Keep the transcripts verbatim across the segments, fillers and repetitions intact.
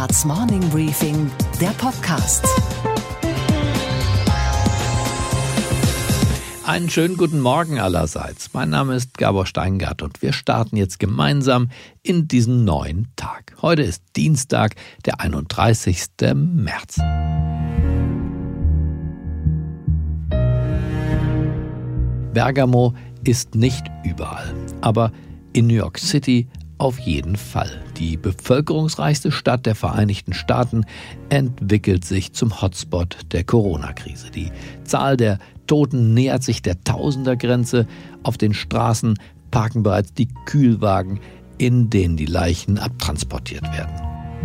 Handelsblatts Morning Briefing, der Podcast. Einen schönen guten Morgen allerseits. Mein Name ist Gabor Steingart und wir starten jetzt gemeinsam in diesen neuen Tag. Heute ist Dienstag, der einunddreißigsten März. Bergamo ist nicht überall, aber in New York City auf jeden Fall. Die bevölkerungsreichste Stadt der Vereinigten Staaten entwickelt sich zum Hotspot der Corona-Krise. Die Zahl der Toten nähert sich der Tausendergrenze. Auf den Straßen parken bereits die Kühlwagen, in denen die Leichen abtransportiert werden.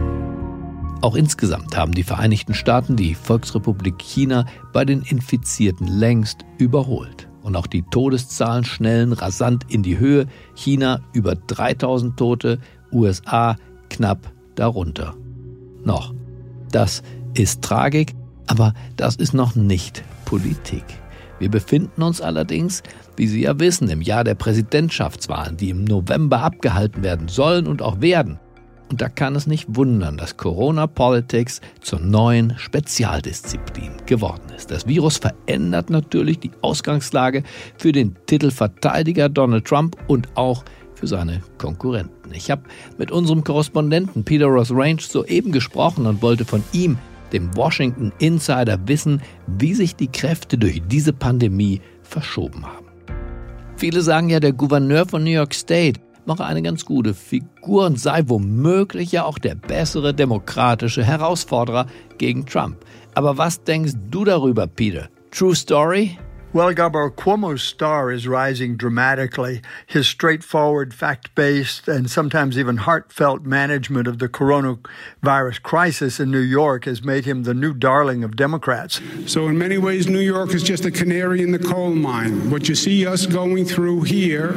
Auch insgesamt haben die Vereinigten Staaten die Volksrepublik China bei den Infizierten längst überholt. Und auch die Todeszahlen schnellen rasant in die Höhe. China über dreitausend Tote, U S A knapp darunter. Noch. Das ist Tragik, aber das ist noch nicht Politik. Wir befinden uns allerdings, wie Sie ja wissen, im Jahr der Präsidentschaftswahlen, die im November abgehalten werden sollen und auch werden. Und da kann es nicht wundern, dass Corona-Politics zur neuen Spezialdisziplin geworden ist. Das Virus verändert natürlich die Ausgangslage für den Titelverteidiger Donald Trump und auch für seine Konkurrenten. Ich habe mit unserem Korrespondenten Peter Ross Range soeben gesprochen und wollte von ihm, dem Washington Insider, wissen, wie sich die Kräfte durch diese Pandemie verschoben haben. Viele sagen ja, der Gouverneur von New York State mache eine ganz gute Figur und sei womöglich ja auch der bessere demokratische Herausforderer gegen Trump. Aber was denkst du darüber, Peter? True story? Well, Gabor, Cuomo's star is rising dramatically. His straightforward, fact-based, and sometimes even heartfelt management of the coronavirus crisis in New York has made him the new darling of Democrats. So in many ways, New York is just a canary in the coal mine. What you see us going through here,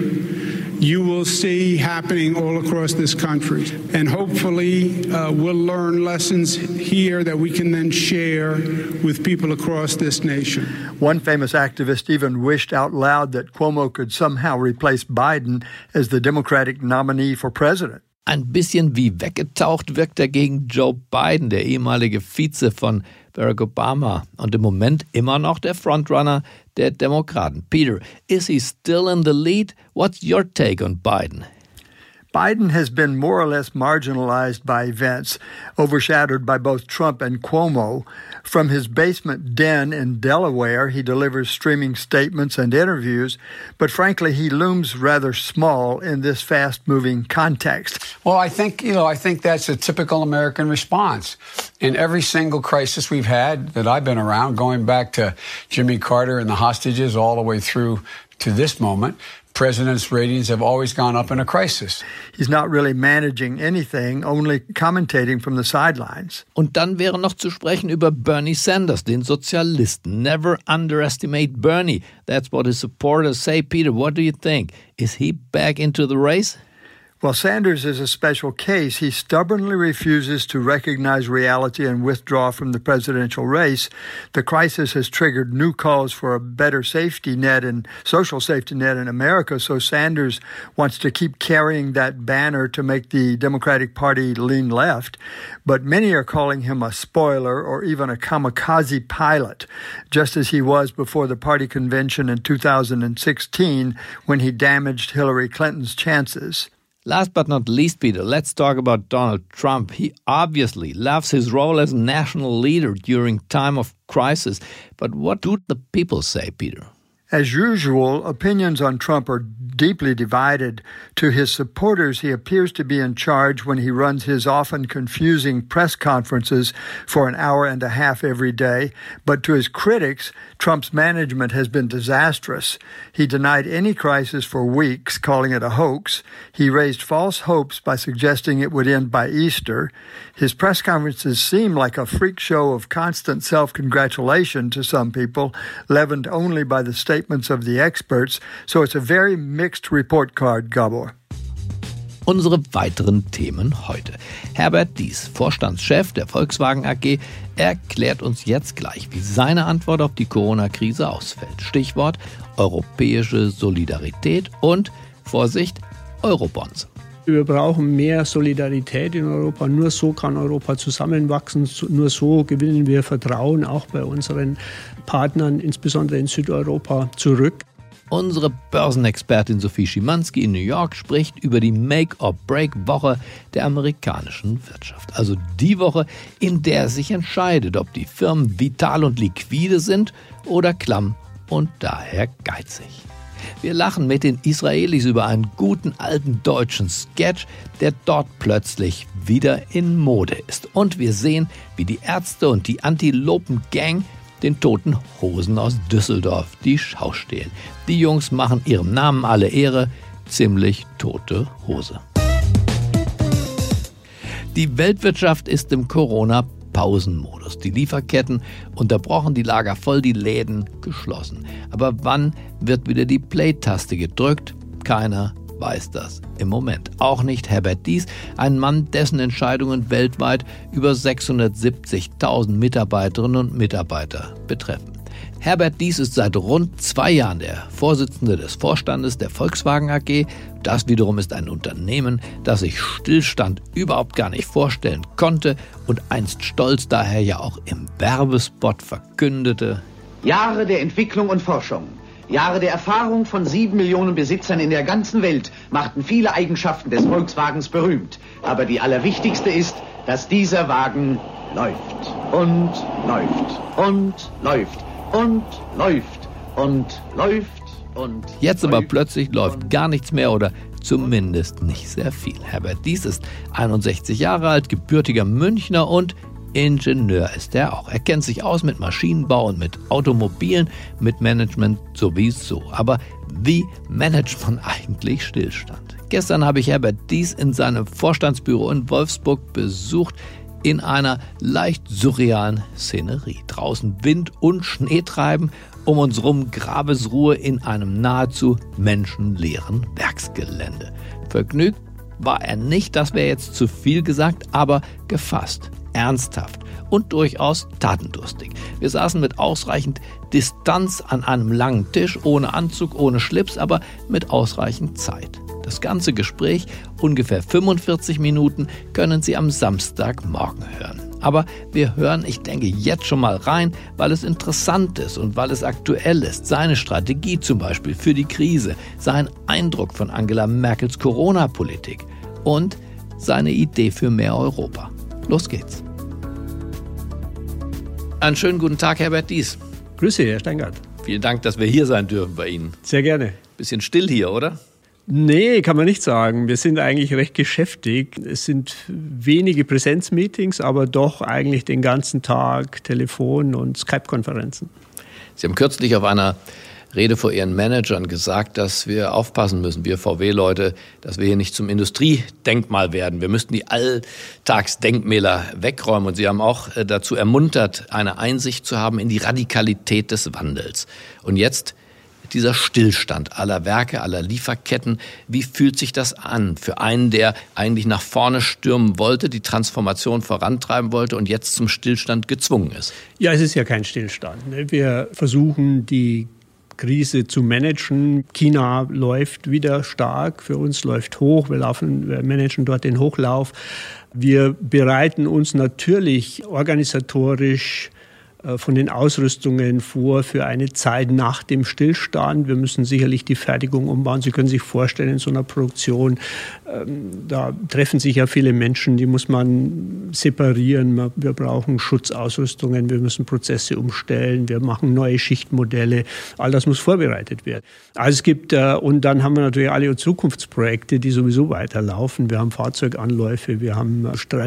you will see happening all across this country. And hopefully uh, we'll learn lessons here that we can then share with people across this nation. One famous activist even wished out loud that Cuomo could somehow replace Biden as the Democratic nominee for president. Ein bisschen wie weggetaucht wirkt er gegen Joe Biden, der ehemalige Vize von Barack Obama und im Moment immer noch der Frontrunner der Demokraten. Peter, is he still in the lead? What's your take on Biden? Biden has been more or less marginalized by events, overshadowed by both Trump and Cuomo. From his basement den in Delaware, he delivers streaming statements and interviews, but frankly, he looms rather small in this fast-moving context. Well, I think, you know, I think that's a typical American response. In every single crisis we've had that I've been around, going back to Jimmy Carter and the hostages all the way through to this moment, presidents' ratings have always gone up in a crisis. He's not really managing anything, only commentating from the sidelines. Und dann wäre noch zu sprechen über Bernie Sanders, den Sozialisten. Never underestimate Bernie. That's what his supporters say. Peter, what do you think? Is he back into the race? Well, Sanders is a special case. He stubbornly refuses to recognize reality and withdraw from the presidential race. The crisis has triggered new calls for a better safety net and social safety net in America, so Sanders wants to keep carrying that banner to make the Democratic Party lean left. But many are calling him a spoiler or even a kamikaze pilot, just as he was before the party convention in two thousand sixteen when he damaged Hillary Clinton's chances. Last but not least, Peter, let's talk about Donald Trump. He obviously loves his role as national leader during time of crisis. But what do the people say, Peter? As usual, opinions on Trump are deeply divided. To his supporters, he appears to be in charge when he runs his often confusing press conferences for an hour and a half every day. But to his critics, Trump's management has been disastrous. He denied any crisis for weeks, calling it a hoax. He raised false hopes by suggesting it would end by Easter. His press conferences seem like a freak show of constant self-congratulation to some people, leavened only by the statements of the experts. So it's a very mixed report card, Gabor. Unsere weiteren Themen heute. Herbert Diess, Vorstandschef der Volkswagen A G, erklärt uns jetzt gleich, wie seine Antwort auf die Corona-Krise ausfällt. Stichwort europäische Solidarität und, Vorsicht, Eurobonds. Wir brauchen mehr Solidarität in Europa. Nur so kann Europa zusammenwachsen. Nur so gewinnen wir Vertrauen auch bei unseren Partnern, insbesondere in Südeuropa, zurück. Unsere Börsenexpertin Sophie Schimanski in New York spricht über die Make-or-Break-Woche der amerikanischen Wirtschaft. Also die Woche, in der es sich entscheidet, ob die Firmen vital und liquide sind oder klamm und daher geizig. Wir lachen mit den Israelis über einen guten alten deutschen Sketch, der dort plötzlich wieder in Mode ist. Und wir sehen, wie die Ärzte und die Antilopen-Gang den Toten Hosen aus Düsseldorf die Schau stehlen. Die Jungs machen ihrem Namen alle Ehre, ziemlich tote Hose. Die Weltwirtschaft ist im Corona-Pausenmodus. Die Lieferketten unterbrochen, die Lager voll, die Läden geschlossen. Aber wann wird wieder die Play-Taste gedrückt? Keiner weiß das im Moment. Auch nicht Herbert Diess, ein Mann, dessen Entscheidungen weltweit über sechshundertsiebzigtausend Mitarbeiterinnen und Mitarbeiter betreffen. Herbert Diess ist seit rund zwei Jahren der Vorsitzende des Vorstandes der Volkswagen A G. Das wiederum ist ein Unternehmen, das sich Stillstand überhaupt gar nicht vorstellen konnte und einst stolz daher ja auch im Werbespot verkündete: Jahre der Entwicklung und Forschung, Jahre der Erfahrung von sieben Millionen Besitzern in der ganzen Welt machten viele Eigenschaften des Volkswagens berühmt. Aber die allerwichtigste ist, dass dieser Wagen läuft und läuft und läuft und läuft und läuft und Jetzt aber plötzlich läuft gar nichts mehr oder zumindest nicht sehr viel. Herbert Diess ist einundsechzig Jahre alt, gebürtiger Münchner und Ingenieur ist er auch. Er kennt sich aus mit Maschinenbau und mit Automobilen, mit Management sowieso. Aber wie managt man eigentlich Stillstand? Gestern habe ich Herbert Diess in seinem Vorstandsbüro in Wolfsburg besucht, in einer leicht surrealen Szenerie. Draußen Wind und Schnee treiben, um uns rum Grabesruhe in einem nahezu menschenleeren Werksgelände. Vergnügt war er nicht, das wäre jetzt zu viel gesagt, aber gefasst, ernsthaft und durchaus tatendurstig. Wir saßen mit ausreichend Distanz an einem langen Tisch, ohne Anzug, ohne Schlips, aber mit ausreichend Zeit. Das ganze Gespräch, ungefähr fünfundvierzig Minuten, können Sie am Samstagmorgen hören. Aber wir hören, ich denke, jetzt schon mal rein, weil es interessant ist und weil es aktuell ist. Seine Strategie zum Beispiel für die Krise, sein Eindruck von Angela Merkels Corona-Politik und seine Idee für mehr Europa. Los geht's. Einen schönen guten Tag, Herbert Diess. Grüße, Herr Steingart. Vielen Dank, dass wir hier sein dürfen bei Ihnen. Sehr gerne. Bisschen still hier, oder? Nee, kann man nicht sagen. Wir sind eigentlich recht geschäftig. Es sind wenige Präsenzmeetings, aber doch eigentlich den ganzen Tag Telefon- und Skype-Konferenzen. Sie haben kürzlich auf einer Rede vor Ihren Managern gesagt, dass wir aufpassen müssen, wir V W-Leute, dass wir hier nicht zum Industriedenkmal werden. Wir müssten die Alltagsdenkmäler wegräumen. Und Sie haben auch dazu ermuntert, eine Einsicht zu haben in die Radikalität des Wandels. Und jetzt dieser Stillstand aller Werke, aller Lieferketten. Wie fühlt sich das an für einen, der eigentlich nach vorne stürmen wollte, die Transformation vorantreiben wollte und jetzt zum Stillstand gezwungen ist? Ja, es ist ja kein Stillstand. Wir versuchen, die Krise zu managen. China läuft wieder stark, für uns läuft hoch. Wir laufen, wir managen dort den Hochlauf. Wir bereiten uns natürlich organisatorisch von den Ausrüstungen vor für eine Zeit nach dem Stillstand. Wir müssen sicherlich die Fertigung umbauen. Sie können sich vorstellen, in so einer Produktion, ähm, da treffen sich ja viele Menschen, die muss man separieren. Wir brauchen Schutzausrüstungen, wir müssen Prozesse umstellen, wir machen neue Schichtmodelle. All das muss vorbereitet werden. Also es gibt, äh, und dann haben wir natürlich alle Zukunftsprojekte, die sowieso weiterlaufen. Wir haben Fahrzeuganläufe, wir haben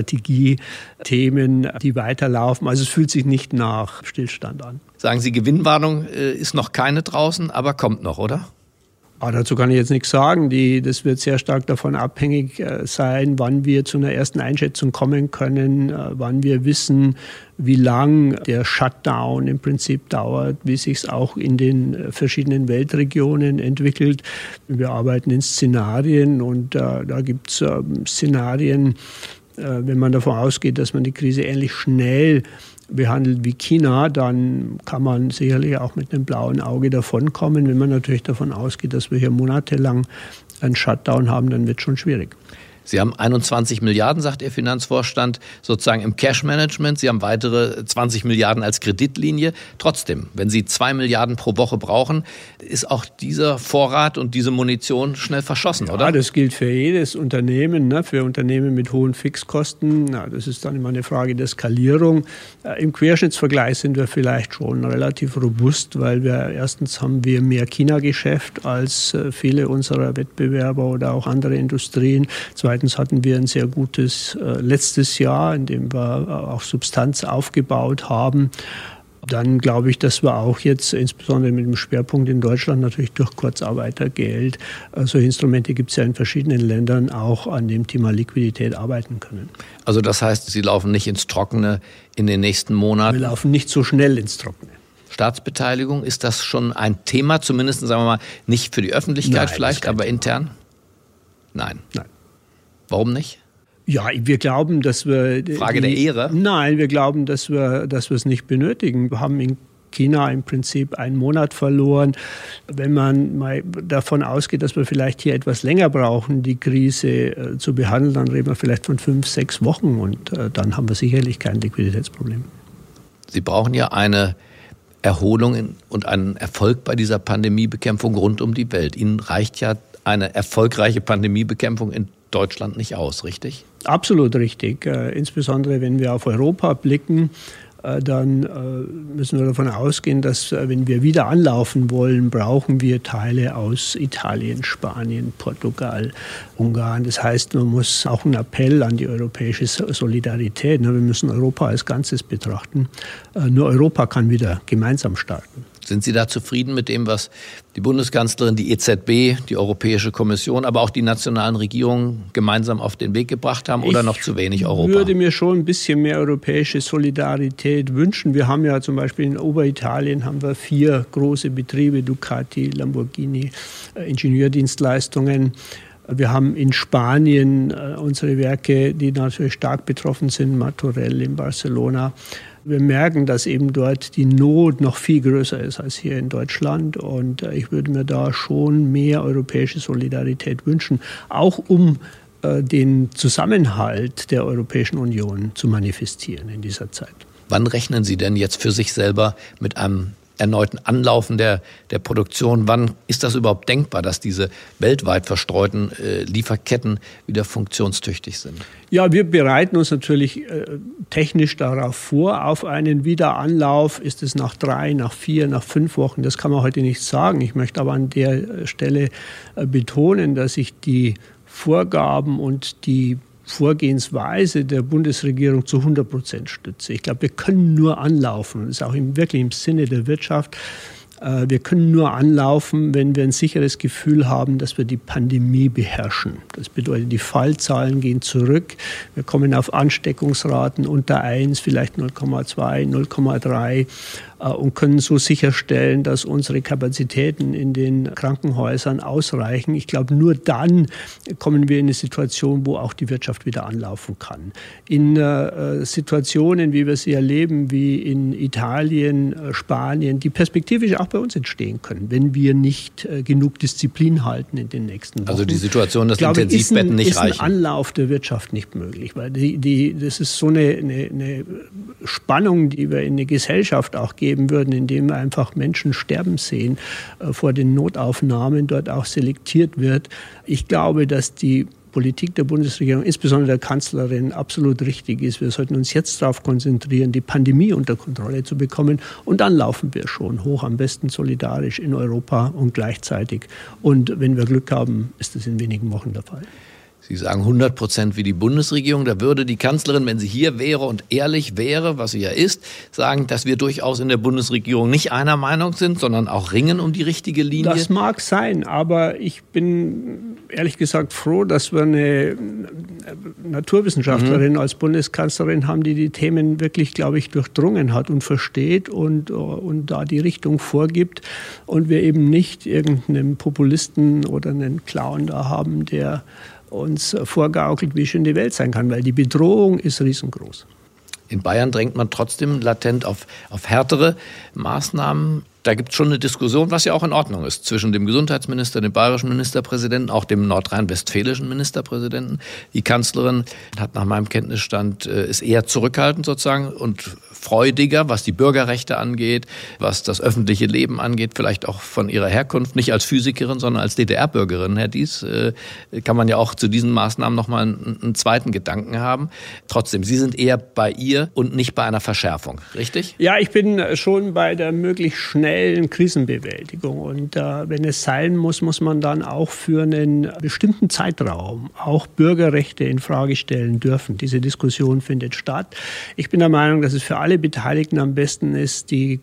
Strategiethemen, die weiterlaufen. Also es fühlt sich nicht nach Stillstand an. Sagen Sie, Gewinnwarnung äh, ist noch keine draußen, aber kommt noch, oder? Ah, dazu kann ich jetzt nichts sagen. Die, das wird sehr stark davon abhängig äh, sein, wann wir zu einer ersten Einschätzung kommen können, äh, wann wir wissen, wie lang der Shutdown im Prinzip dauert, wie sich es auch in den äh, verschiedenen Weltregionen entwickelt. Wir arbeiten in Szenarien und äh, da gibt es äh, Szenarien, äh, wenn man davon ausgeht, dass man die Krise ähnlich schnell behandelt wie China, dann kann man sicherlich auch mit einem blauen Auge davonkommen. Wenn man natürlich davon ausgeht, dass wir hier monatelang einen Shutdown haben, dann wird es schon schwierig. Sie haben einundzwanzig Milliarden, sagt Ihr Finanzvorstand, sozusagen im Cash-Management. Sie haben weitere zwanzig Milliarden als Kreditlinie. Trotzdem, wenn Sie zwei Milliarden pro Woche brauchen, ist auch dieser Vorrat und diese Munition schnell verschossen, ja, oder? Ja, das gilt für jedes Unternehmen, ne? Für Unternehmen mit hohen Fixkosten. Na, das ist dann immer eine Frage der Skalierung. Äh, Im Querschnittsvergleich sind wir vielleicht schon relativ robust, weil wir erstens haben wir mehr China-Geschäft als äh, viele unserer Wettbewerber oder auch andere Industrien. Zweitens hatten wir ein sehr gutes äh, letztes Jahr, in dem wir äh, auch Substanz aufgebaut haben. Dann glaube ich, dass wir auch jetzt, insbesondere mit dem Schwerpunkt in Deutschland, natürlich durch Kurzarbeitergeld, äh, solche Instrumente gibt es ja in verschiedenen Ländern, auch an dem Thema Liquidität arbeiten können. Also das heißt, Sie laufen nicht ins Trockene in den nächsten Monaten? Wir laufen nicht so schnell ins Trockene. Staatsbeteiligung, ist das schon ein Thema, zumindest sagen wir mal, nicht für die Öffentlichkeit Nein, vielleicht, aber Thema. intern? Nein. Nein. Warum nicht? Ja, wir glauben, dass wir... Frage die, der Ehre? Nein, wir glauben, dass wir, dass wir es nicht benötigen. Wir haben in China im Prinzip einen Monat verloren. Wenn man mal davon ausgeht, dass wir vielleicht hier etwas länger brauchen, die Krise äh, zu behandeln, dann reden wir vielleicht von fünf, sechs Wochen und äh, dann haben wir sicherlich kein Liquiditätsproblem. Sie brauchen ja eine Erholung in, und einen Erfolg bei dieser Pandemiebekämpfung rund um die Welt. Ihnen reicht ja eine erfolgreiche Pandemiebekämpfung in Deutschland nicht aus, richtig? Absolut richtig. Äh, insbesondere wenn wir auf Europa blicken, äh, dann äh, müssen wir davon ausgehen, dass äh, wenn wir wieder anlaufen wollen, brauchen wir Teile aus Italien, Spanien, Portugal, Ungarn. Das heißt, man muss auch einen Appell an die europäische Solidarität. Ne? Wir müssen Europa als Ganzes betrachten. Äh, nur Europa kann wieder gemeinsam starten. Sind Sie da zufrieden mit dem, was die Bundeskanzlerin, die E Z B, die Europäische Kommission, aber auch die nationalen Regierungen gemeinsam auf den Weg gebracht haben oder ich noch zu wenig Europa? Ich würde mir schon ein bisschen mehr europäische Solidarität wünschen. Wir haben ja zum Beispiel in Oberitalien haben wir vier große Betriebe, Ducati, Lamborghini, äh, Ingenieurdienstleistungen. Wir haben in Spanien äh, unsere Werke, die natürlich stark betroffen sind, Martorell in Barcelona. Wir merken, dass eben dort die Not noch viel größer ist als hier in Deutschland. Und ich würde mir da schon mehr europäische Solidarität wünschen, auch um äh, den Zusammenhalt der Europäischen Union zu manifestieren in dieser Zeit. Wann rechnen Sie denn jetzt für sich selber mit einem erneuten Anlaufen der, der Produktion? Wann ist das überhaupt denkbar, dass diese weltweit verstreuten äh, Lieferketten wieder funktionstüchtig sind? Ja, wir bereiten uns natürlich äh, technisch darauf vor, auf einen Wiederanlauf. Ist es nach drei, nach vier, nach fünf Wochen? Das kann man heute nicht sagen. Ich möchte aber an der Stelle äh, betonen, dass ich die Vorgaben und die Vorgehensweise der Bundesregierung zu hundert Prozent stütze. Ich glaube, wir können nur anlaufen. Das ist auch im, wirklich im Sinne der Wirtschaft. Wir können nur anlaufen, wenn wir ein sicheres Gefühl haben, dass wir die Pandemie beherrschen. Das bedeutet, die Fallzahlen gehen zurück. Wir kommen auf Ansteckungsraten unter eins, vielleicht null Komma zwei, null Komma drei und können so sicherstellen, dass unsere Kapazitäten in den Krankenhäusern ausreichen. Ich glaube, nur dann kommen wir in eine Situation, wo auch die Wirtschaft wieder anlaufen kann. In äh, Situationen, wie wir sie erleben, wie in Italien, äh, Spanien, die perspektivisch auch bei uns entstehen können, wenn wir nicht äh, genug Disziplin halten in den nächsten Wochen. Also die Situation, dass glaube, Intensivbetten ein, nicht reichen. Ist ein Anlauf der Wirtschaft nicht möglich, weil die, die, das ist so eine, eine, eine Spannung, die wir in eine Gesellschaft auch geben würden, indem wir einfach Menschen sterben sehen äh, vor den Notaufnahmen, dort auch selektiert wird. Ich glaube, dass die Politik der Bundesregierung, insbesondere der Kanzlerin, absolut richtig ist. Wir sollten uns jetzt darauf konzentrieren, die Pandemie unter Kontrolle zu bekommen. Und dann laufen wir schon hoch, am besten solidarisch in Europa und gleichzeitig. Und wenn wir Glück haben, ist das in wenigen Wochen der Fall. Sie sagen hundert Prozent wie die Bundesregierung. Da würde die Kanzlerin, wenn sie hier wäre und ehrlich wäre, was sie ja ist, sagen, dass wir durchaus in der Bundesregierung nicht einer Meinung sind, sondern auch ringen um die richtige Linie. Das mag sein, aber ich bin ehrlich gesagt froh, dass wir eine Naturwissenschaftlerin mhm. als Bundeskanzlerin haben, die die Themen wirklich, glaube ich, durchdrungen hat und versteht und, und da die Richtung vorgibt. Und wir eben nicht irgendeinen Populisten oder einen Clown da haben, der uns vorgaukelt, wie schön die Welt sein kann, weil die Bedrohung ist riesengroß. In Bayern drängt man trotzdem latent auf, auf härtere Maßnahmen. Da gibt es schon eine Diskussion, was ja auch in Ordnung ist, zwischen dem Gesundheitsminister, dem bayerischen Ministerpräsidenten, auch dem nordrhein-westfälischen Ministerpräsidenten. Die Kanzlerin hat nach meinem Kenntnisstand, ist eher zurückhaltend sozusagen und freudiger, was die Bürgerrechte angeht, was das öffentliche Leben angeht, vielleicht auch von ihrer Herkunft, nicht als Physikerin, sondern als D D R-Bürgerin. Herr Dies, kann man ja auch zu diesen Maßnahmen nochmal einen, einen zweiten Gedanken haben. Trotzdem, Sie sind eher bei ihr und nicht bei einer Verschärfung, richtig? Ja, ich bin schon bei der möglichst schnellen Krisenbewältigung. Und äh, wenn es sein muss, muss man dann auch für einen bestimmten Zeitraum auch Bürgerrechte in Frage stellen dürfen. Diese Diskussion findet statt. Ich bin der Meinung, dass es für alle Beteiligten am besten ist, die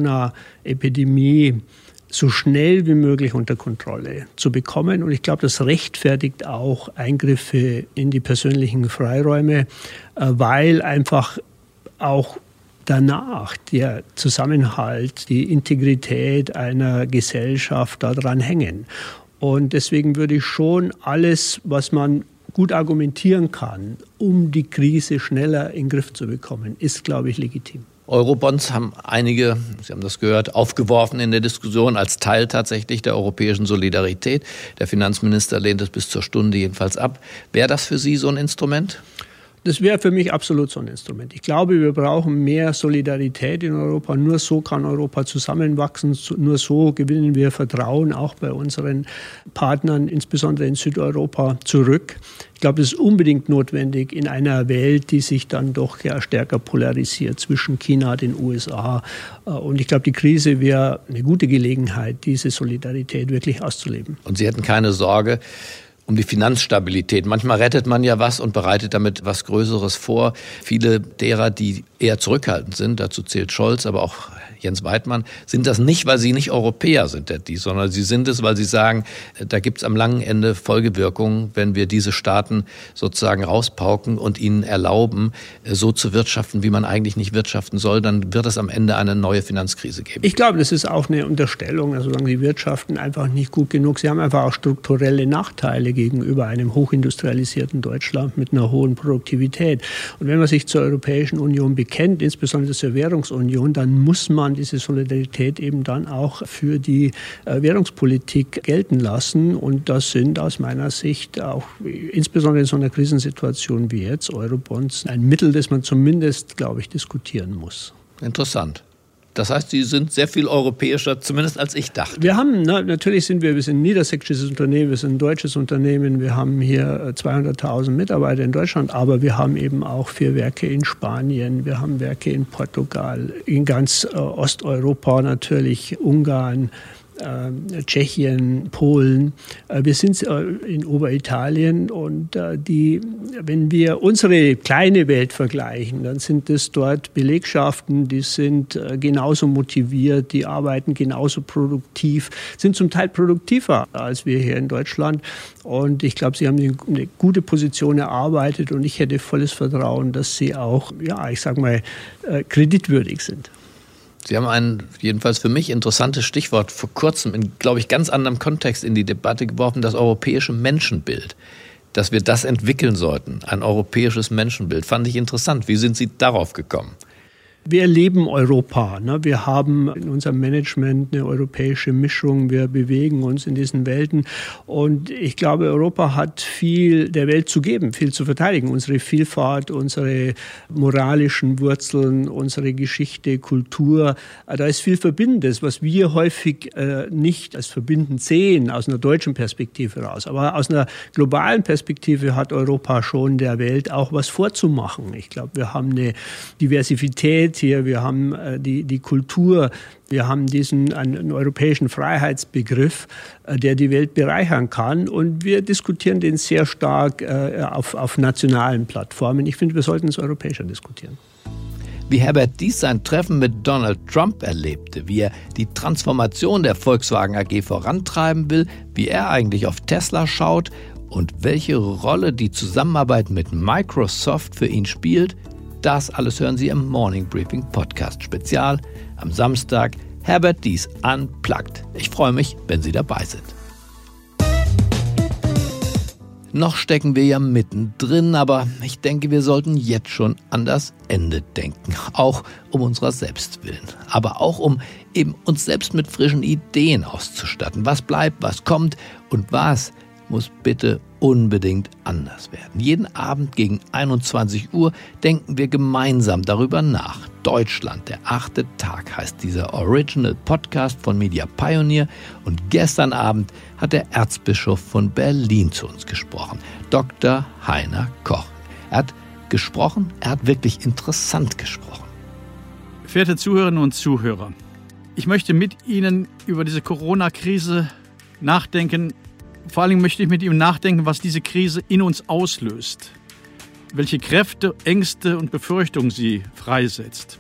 Corona-Epidemie so schnell wie möglich unter Kontrolle zu bekommen. Und ich glaube, das rechtfertigt auch Eingriffe in die persönlichen Freiräume, weil einfach auch danach der Zusammenhalt, die Integrität einer Gesellschaft daran hängen. Und deswegen würde ich schon alles, was man gut argumentieren kann, um die Krise schneller in den Griff zu bekommen, ist, glaube ich, legitim. Eurobonds haben einige, Sie haben das gehört, aufgeworfen in der Diskussion als Teil tatsächlich der europäischen Solidarität. Der Finanzminister lehnt es bis zur Stunde jedenfalls ab. Wäre das für Sie so ein Instrument? Das wäre für mich absolut so ein Instrument. Ich glaube, wir brauchen mehr Solidarität in Europa. Nur so kann Europa zusammenwachsen. Nur so gewinnen wir Vertrauen auch bei unseren Partnern, insbesondere in Südeuropa, zurück. Ich glaube, das ist unbedingt notwendig in einer Welt, die sich dann doch ja stärker polarisiert zwischen China, den U S A. Und ich glaube, die Krise wäre eine gute Gelegenheit, diese Solidarität wirklich auszuleben. Und Sie hätten keine Sorge um die Finanzstabilität. Manchmal rettet man ja was und bereitet damit was Größeres vor. Viele derer, die eher zurückhaltend sind, dazu zählt Scholz, aber auch Jens Weidmann, sind das nicht, weil sie nicht Europäer sind, Herr Dies, sondern sie sind es, weil sie sagen, da gibt es am langen Ende Folgewirkungen, wenn wir diese Staaten sozusagen rauspauken und ihnen erlauben, so zu wirtschaften, wie man eigentlich nicht wirtschaften soll, dann wird es am Ende eine neue Finanzkrise geben. Ich glaube, das ist auch eine Unterstellung, also solange die wirtschaften einfach nicht gut genug. Sie haben einfach auch strukturelle Nachteile gegenüber einem hochindustrialisierten Deutschland mit einer hohen Produktivität. Und wenn man sich zur Europäischen Union bekennt, insbesondere zur Währungsunion, dann muss man diese Solidarität eben dann auch für die Währungspolitik gelten lassen. Und das sind aus meiner Sicht auch insbesondere in so einer Krisensituation wie jetzt Eurobonds ein Mittel, das man zumindest, glaube ich, diskutieren muss. Interessant. Das heißt, Sie sind sehr viel europäischer, zumindest als ich dachte. Wir haben, na, natürlich sind wir, wir sind ein niedersächsisches Unternehmen, wir sind ein deutsches Unternehmen, wir haben hier zweihunderttausend Mitarbeiter in Deutschland, aber wir haben eben auch vier Werke in Spanien, wir haben Werke in Portugal, in ganz äh, Osteuropa natürlich, Ungarn, Äh, Tschechien, Polen. Äh, wir sind äh, in Oberitalien und äh, die, wenn wir unsere kleine Welt vergleichen, dann sind es dort Belegschaften, die sind äh, genauso motiviert, die arbeiten genauso produktiv, sind zum Teil produktiver als wir hier in Deutschland. Und ich glaube, sie haben eine gute Position erarbeitet und ich hätte volles Vertrauen, dass sie auch, ja, ich sag mal, äh, kreditwürdig sind. Sie haben ein jedenfalls für mich interessantes Stichwort vor kurzem in, glaube ich, ganz anderem Kontext in die Debatte geworfen, das europäische Menschenbild. Dass wir das entwickeln sollten, ein europäisches Menschenbild. Fand ich interessant. Wie sind Sie darauf gekommen? Wir erleben Europa. Ne? Wir haben in unserem Management eine europäische Mischung. Wir bewegen uns in diesen Welten. Und ich glaube, Europa hat viel der Welt zu geben, viel zu verteidigen. Unsere Vielfalt, unsere moralischen Wurzeln, unsere Geschichte, Kultur. Da ist viel Verbindendes, was wir häufig äh, nicht als verbindend sehen, aus einer deutschen Perspektive raus. Aber aus einer globalen Perspektive hat Europa schon der Welt auch was vorzumachen. Ich glaube, wir haben eine Diversität hier, wir haben äh, die, die Kultur, wir haben diesen einen, einen europäischen Freiheitsbegriff, äh, der die Welt bereichern kann und wir diskutieren den sehr stark äh, auf, auf nationalen Plattformen. Ich finde, wir sollten es europäischer diskutieren. Wie Herbert Dies sein Treffen mit Donald Trump erlebte, wie er die Transformation der Volkswagen A G vorantreiben will, wie er eigentlich auf Tesla schaut und welche Rolle die Zusammenarbeit mit Microsoft für ihn spielt, das alles hören Sie im Morning Briefing Podcast Spezial am Samstag. Herbert Dies Unplugged. Ich freue mich, wenn Sie dabei sind. Noch stecken wir ja mittendrin, aber ich denke, wir sollten jetzt schon an das Ende denken. Auch um unserer selbst willen. Aber auch um eben uns selbst mit frischen Ideen auszustatten. Was bleibt, was kommt und was muss bitte unbedingt anders werden. Jeden Abend gegen einundzwanzig Uhr denken wir gemeinsam darüber nach. Deutschland, der achte Tag heißt dieser Original Podcast von Media Pioneer. Und gestern Abend hat der Erzbischof von Berlin zu uns gesprochen, Doktor Heiner Koch. Er hat gesprochen, er hat wirklich interessant gesprochen. Verehrte Zuhörerinnen und Zuhörer, ich möchte mit Ihnen über diese Corona-Krise nachdenken. Vor allem möchte ich mit Ihnen nachdenken, was diese Krise in uns auslöst. Welche Kräfte, Ängste und Befürchtungen sie freisetzt.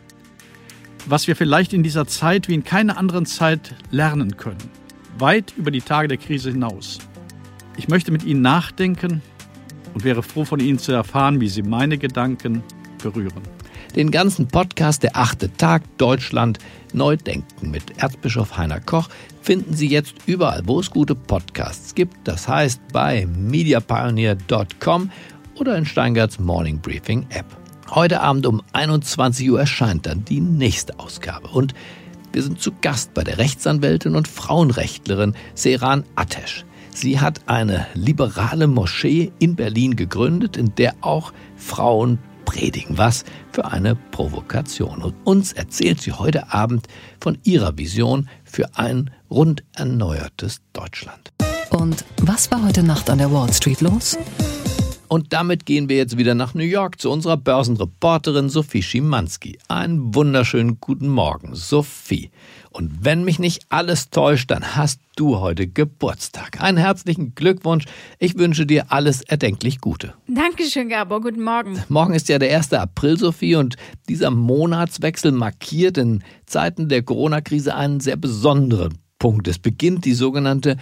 Was wir vielleicht in dieser Zeit wie in keiner anderen Zeit lernen können. Weit über die Tage der Krise hinaus. Ich möchte mit Ihnen nachdenken und wäre froh, von Ihnen zu erfahren, wie Sie meine Gedanken berühren. Den ganzen Podcast Der achte Tag Deutschland neu denken mit Erzbischof Heiner Koch finden Sie jetzt überall, wo es gute Podcasts gibt. Das heißt bei media pioneer punkt com oder in Steingarts Morning Briefing App. Heute Abend um einundzwanzig Uhr erscheint dann die nächste Ausgabe. Und wir sind zu Gast bei der Rechtsanwältin und Frauenrechtlerin Seyran Ateş. Sie hat eine liberale Moschee in Berlin gegründet, in der auch Frauen predigen. Was für eine Provokation. Und uns erzählt sie heute Abend von ihrer Vision für ein rund erneuertes Deutschland. Und was war heute Nacht an der Wall Street los? Und damit gehen wir jetzt wieder nach New York zu unserer Börsenreporterin Sophie Schimanski. Einen wunderschönen guten Morgen, Sophie. Und wenn mich nicht alles täuscht, dann hast du heute Geburtstag. Einen herzlichen Glückwunsch. Ich wünsche dir alles erdenklich Gute. Dankeschön, Gabor. Guten Morgen. Morgen ist ja der erste April, Sophie, und dieser Monatswechsel markiert in Zeiten der Corona-Krise einen sehr besonderen Punkt. Es beginnt die sogenannte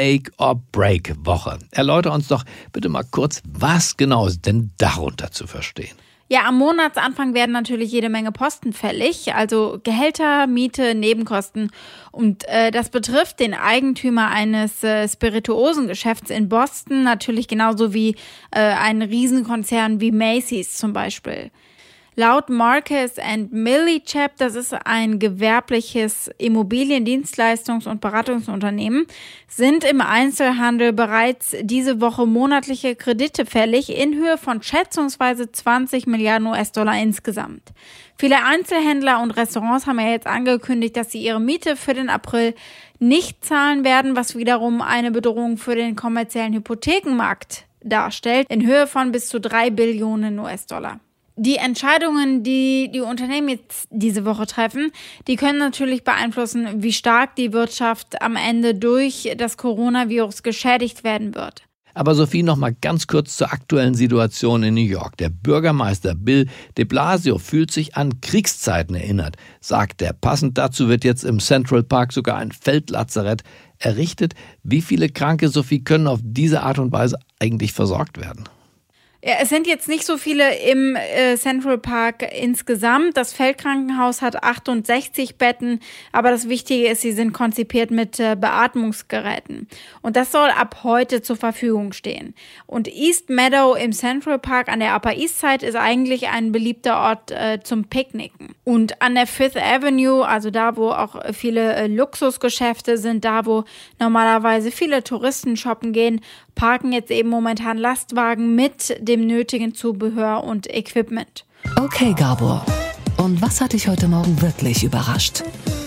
Make-or-Break-Woche. Erläutere uns doch bitte mal kurz, was genau ist denn darunter zu verstehen? Ja, am Monatsanfang werden natürlich jede Menge Posten fällig, also Gehälter, Miete, Nebenkosten. Und äh, das betrifft den Eigentümer eines äh, Spirituosengeschäfts in Boston, natürlich genauso wie äh, einen Riesenkonzern wie Macy's zum Beispiel. Laut Marcus and Millichap, das ist ein gewerbliches Immobiliendienstleistungs- und Beratungsunternehmen, sind im Einzelhandel bereits diese Woche monatliche Kredite fällig in Höhe von schätzungsweise zwanzig Milliarden U S-Dollar insgesamt. Viele Einzelhändler und Restaurants haben ja jetzt angekündigt, dass sie ihre Miete für den April nicht zahlen werden, was wiederum eine Bedrohung für den kommerziellen Hypothekenmarkt darstellt, in Höhe von bis zu drei Billionen U S-Dollar. Die Entscheidungen, die die Unternehmen jetzt diese Woche treffen, die können natürlich beeinflussen, wie stark die Wirtschaft am Ende durch das Coronavirus geschädigt werden wird. Aber Sophie, noch mal ganz kurz zur aktuellen Situation in New York. Der Bürgermeister Bill de Blasio fühlt sich an Kriegszeiten erinnert, sagt er. Passend dazu wird jetzt im Central Park sogar ein Feldlazarett errichtet. Wie viele Kranke, Sophie, können auf diese Art und Weise eigentlich versorgt werden? Ja, es sind jetzt nicht so viele im äh, Central Park insgesamt. Das Feldkrankenhaus hat achtundsechzig Betten, aber das Wichtige ist, sie sind konzipiert mit äh, Beatmungsgeräten. Und das soll ab heute zur Verfügung stehen. Und East Meadow im Central Park an der Upper East Side ist eigentlich ein beliebter Ort äh, zum Picknicken. Und an der Fifth Avenue, also da, wo auch viele äh, Luxusgeschäfte sind, da, wo normalerweise viele Touristen shoppen gehen, parken jetzt eben momentan Lastwagen mit dem nötigen Zubehör und Equipment. Okay, Gabor. Und was hat dich heute Morgen wirklich überrascht?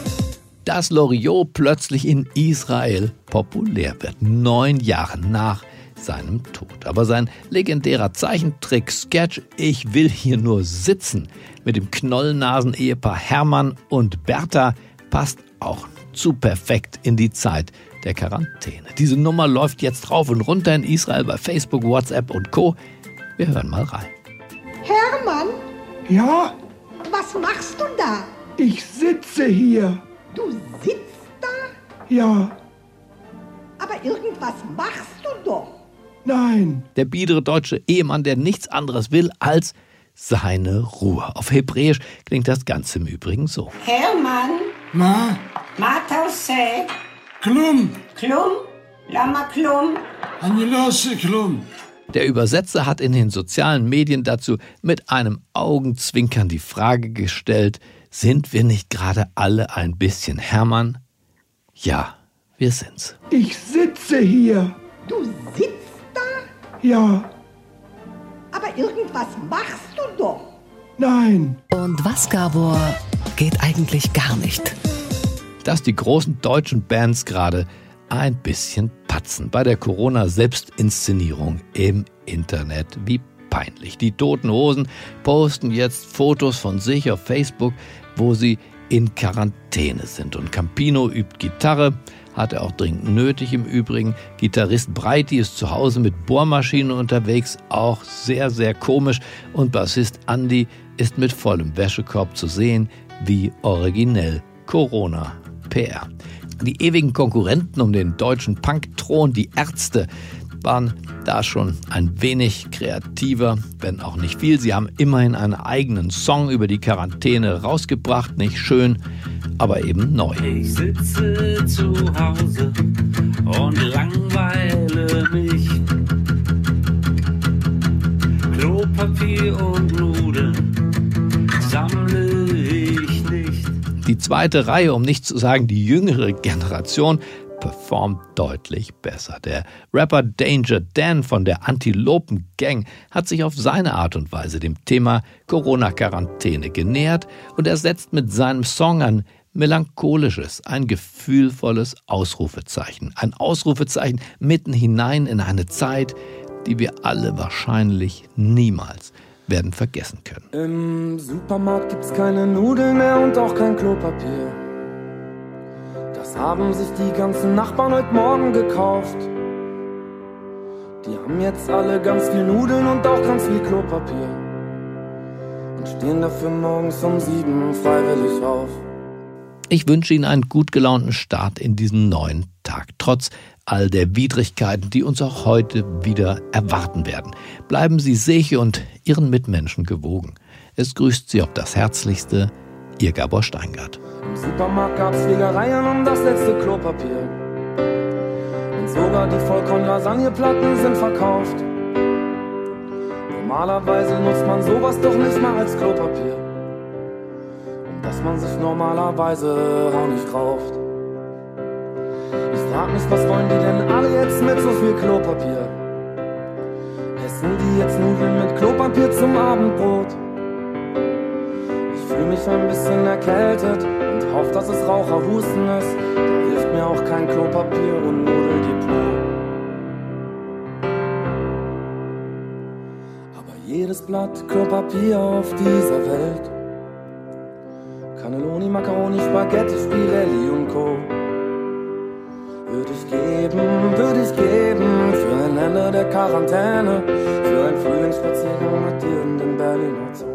Dass Loriot plötzlich in Israel populär wird, neun Jahre nach seinem Tod. Aber sein legendärer Zeichentrick-Sketch Ich will hier nur sitzen mit dem Knollnasen-Ehepaar Hermann und Bertha passt auch zu perfekt in die Zeit der Quarantäne. Diese Nummer läuft jetzt rauf und runter in Israel bei Facebook, WhatsApp und Co. Wir hören mal rein. Hermann? Ja? Was machst du da? Ich sitze hier. Du sitzt da? Ja. Aber irgendwas machst du doch. Nein. Der biedere deutsche Ehemann, der nichts anderes will als seine Ruhe. Auf Hebräisch klingt das Ganze im Übrigen so. Hermann? Ma? מה אתה עושה? כלום. כלום? למה כלום? אני לא עושה כלום. Der Übersetzer hat in den sozialen Medien dazu mit einem Augenzwinkern die Frage gestellt, sind wir nicht gerade alle ein bisschen Hermann? Ja, wir sind's. Ich sitze hier. Du sitzt da? Ja. Aber irgendwas machst du doch. Nein. Und was, Gabor, geht eigentlich gar nicht? Dass die großen deutschen Bands gerade ein bisschen patzen bei der Corona-Selbstinszenierung im Internet. Wie peinlich. Die Toten Hosen posten jetzt Fotos von sich auf Facebook, wo sie in Quarantäne sind. Und Campino übt Gitarre, hat er auch dringend nötig im Übrigen. Gitarrist Breiti ist zu Hause mit Bohrmaschinen unterwegs, auch sehr, sehr komisch. Und Bassist Andi ist mit vollem Wäschekorb zu sehen, wie originell Corona-P R. Die ewigen Konkurrenten um den deutschen Punk-Thron, die Ärzte, waren da schon ein wenig kreativer, wenn auch nicht viel. Sie haben immerhin einen eigenen Song über die Quarantäne rausgebracht. Nicht schön, aber eben neu. Ich sitze zu Hause und langweile mich. Klopapier und Nudeln sammle ich nicht. Die zweite Reihe, um nicht zu sagen die jüngere Generation, performt deutlich besser. Der Rapper Danger Dan von der Antilopen Gang hat sich auf seine Art und Weise dem Thema Corona-Quarantäne genähert und er setzt mit seinem Song ein melancholisches, ein gefühlvolles Ausrufezeichen. Ein Ausrufezeichen mitten hinein in eine Zeit, die wir alle wahrscheinlich niemals werden vergessen können. Im Supermarkt gibt's keine Nudeln mehr und auch kein Klopapier. Das haben sich die ganzen Nachbarn heute Morgen gekauft. Die haben jetzt alle ganz viel Nudeln und auch ganz viel Klopapier und stehen dafür morgens um sieben freiwillig auf. Ich wünsche Ihnen einen gut gelaunten Start in diesen neuen Tag, trotz all der Widrigkeiten, die uns auch heute wieder erwarten werden. Bleiben Sie sich und Ihren Mitmenschen gewogen. Es grüßt Sie auf das Herzlichste, Ihr Gabor Steingart. Im Supermarkt gab's Schlägereien um das letzte Klopapier. Und sogar die Vollkorn-Lasagneplatten sind verkauft. Normalerweise nutzt man sowas doch nicht mal als Klopapier. Um das man sich normalerweise auch nicht rauft. Ich frag mich, was wollen die denn alle jetzt mit so viel Klopapier? Essen die jetzt Nudeln mit Klopapier zum Abendbrot? Ich fühle mich ein bisschen erkältet und hoffe, dass es Raucherhusten ist. Da hilft mir auch kein Klopapier und Nudeldepot. Aber jedes Blatt Klopapier auf dieser Welt, Cannelloni, Macaroni, Spaghetti, Spirelli und Co. Würde ich geben, würde ich geben für ein Ende der Quarantäne, für einen Frühlingsspaziergang mit dir in den Berliner Zoo.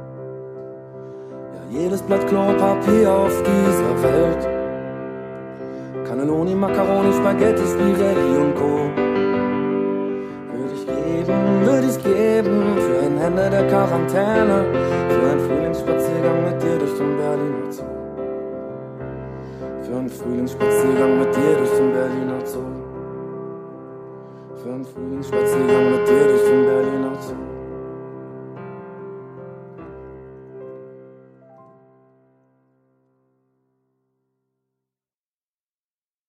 Ja, jedes Blatt Klopapier auf dieser Welt, Cannelloni, Macaroni, Spaghetti, Spirelli und Co. Würde ich geben, würde ich geben für ein Ende der Quarantäne, für einen Frühlingsspaziergang mit dir durch den Berliner Zoo. Für einen Frühlingsspaziergang mit dir durch den Berliner Zoo. Für einen Frühlingsspaziergang mit dir durch den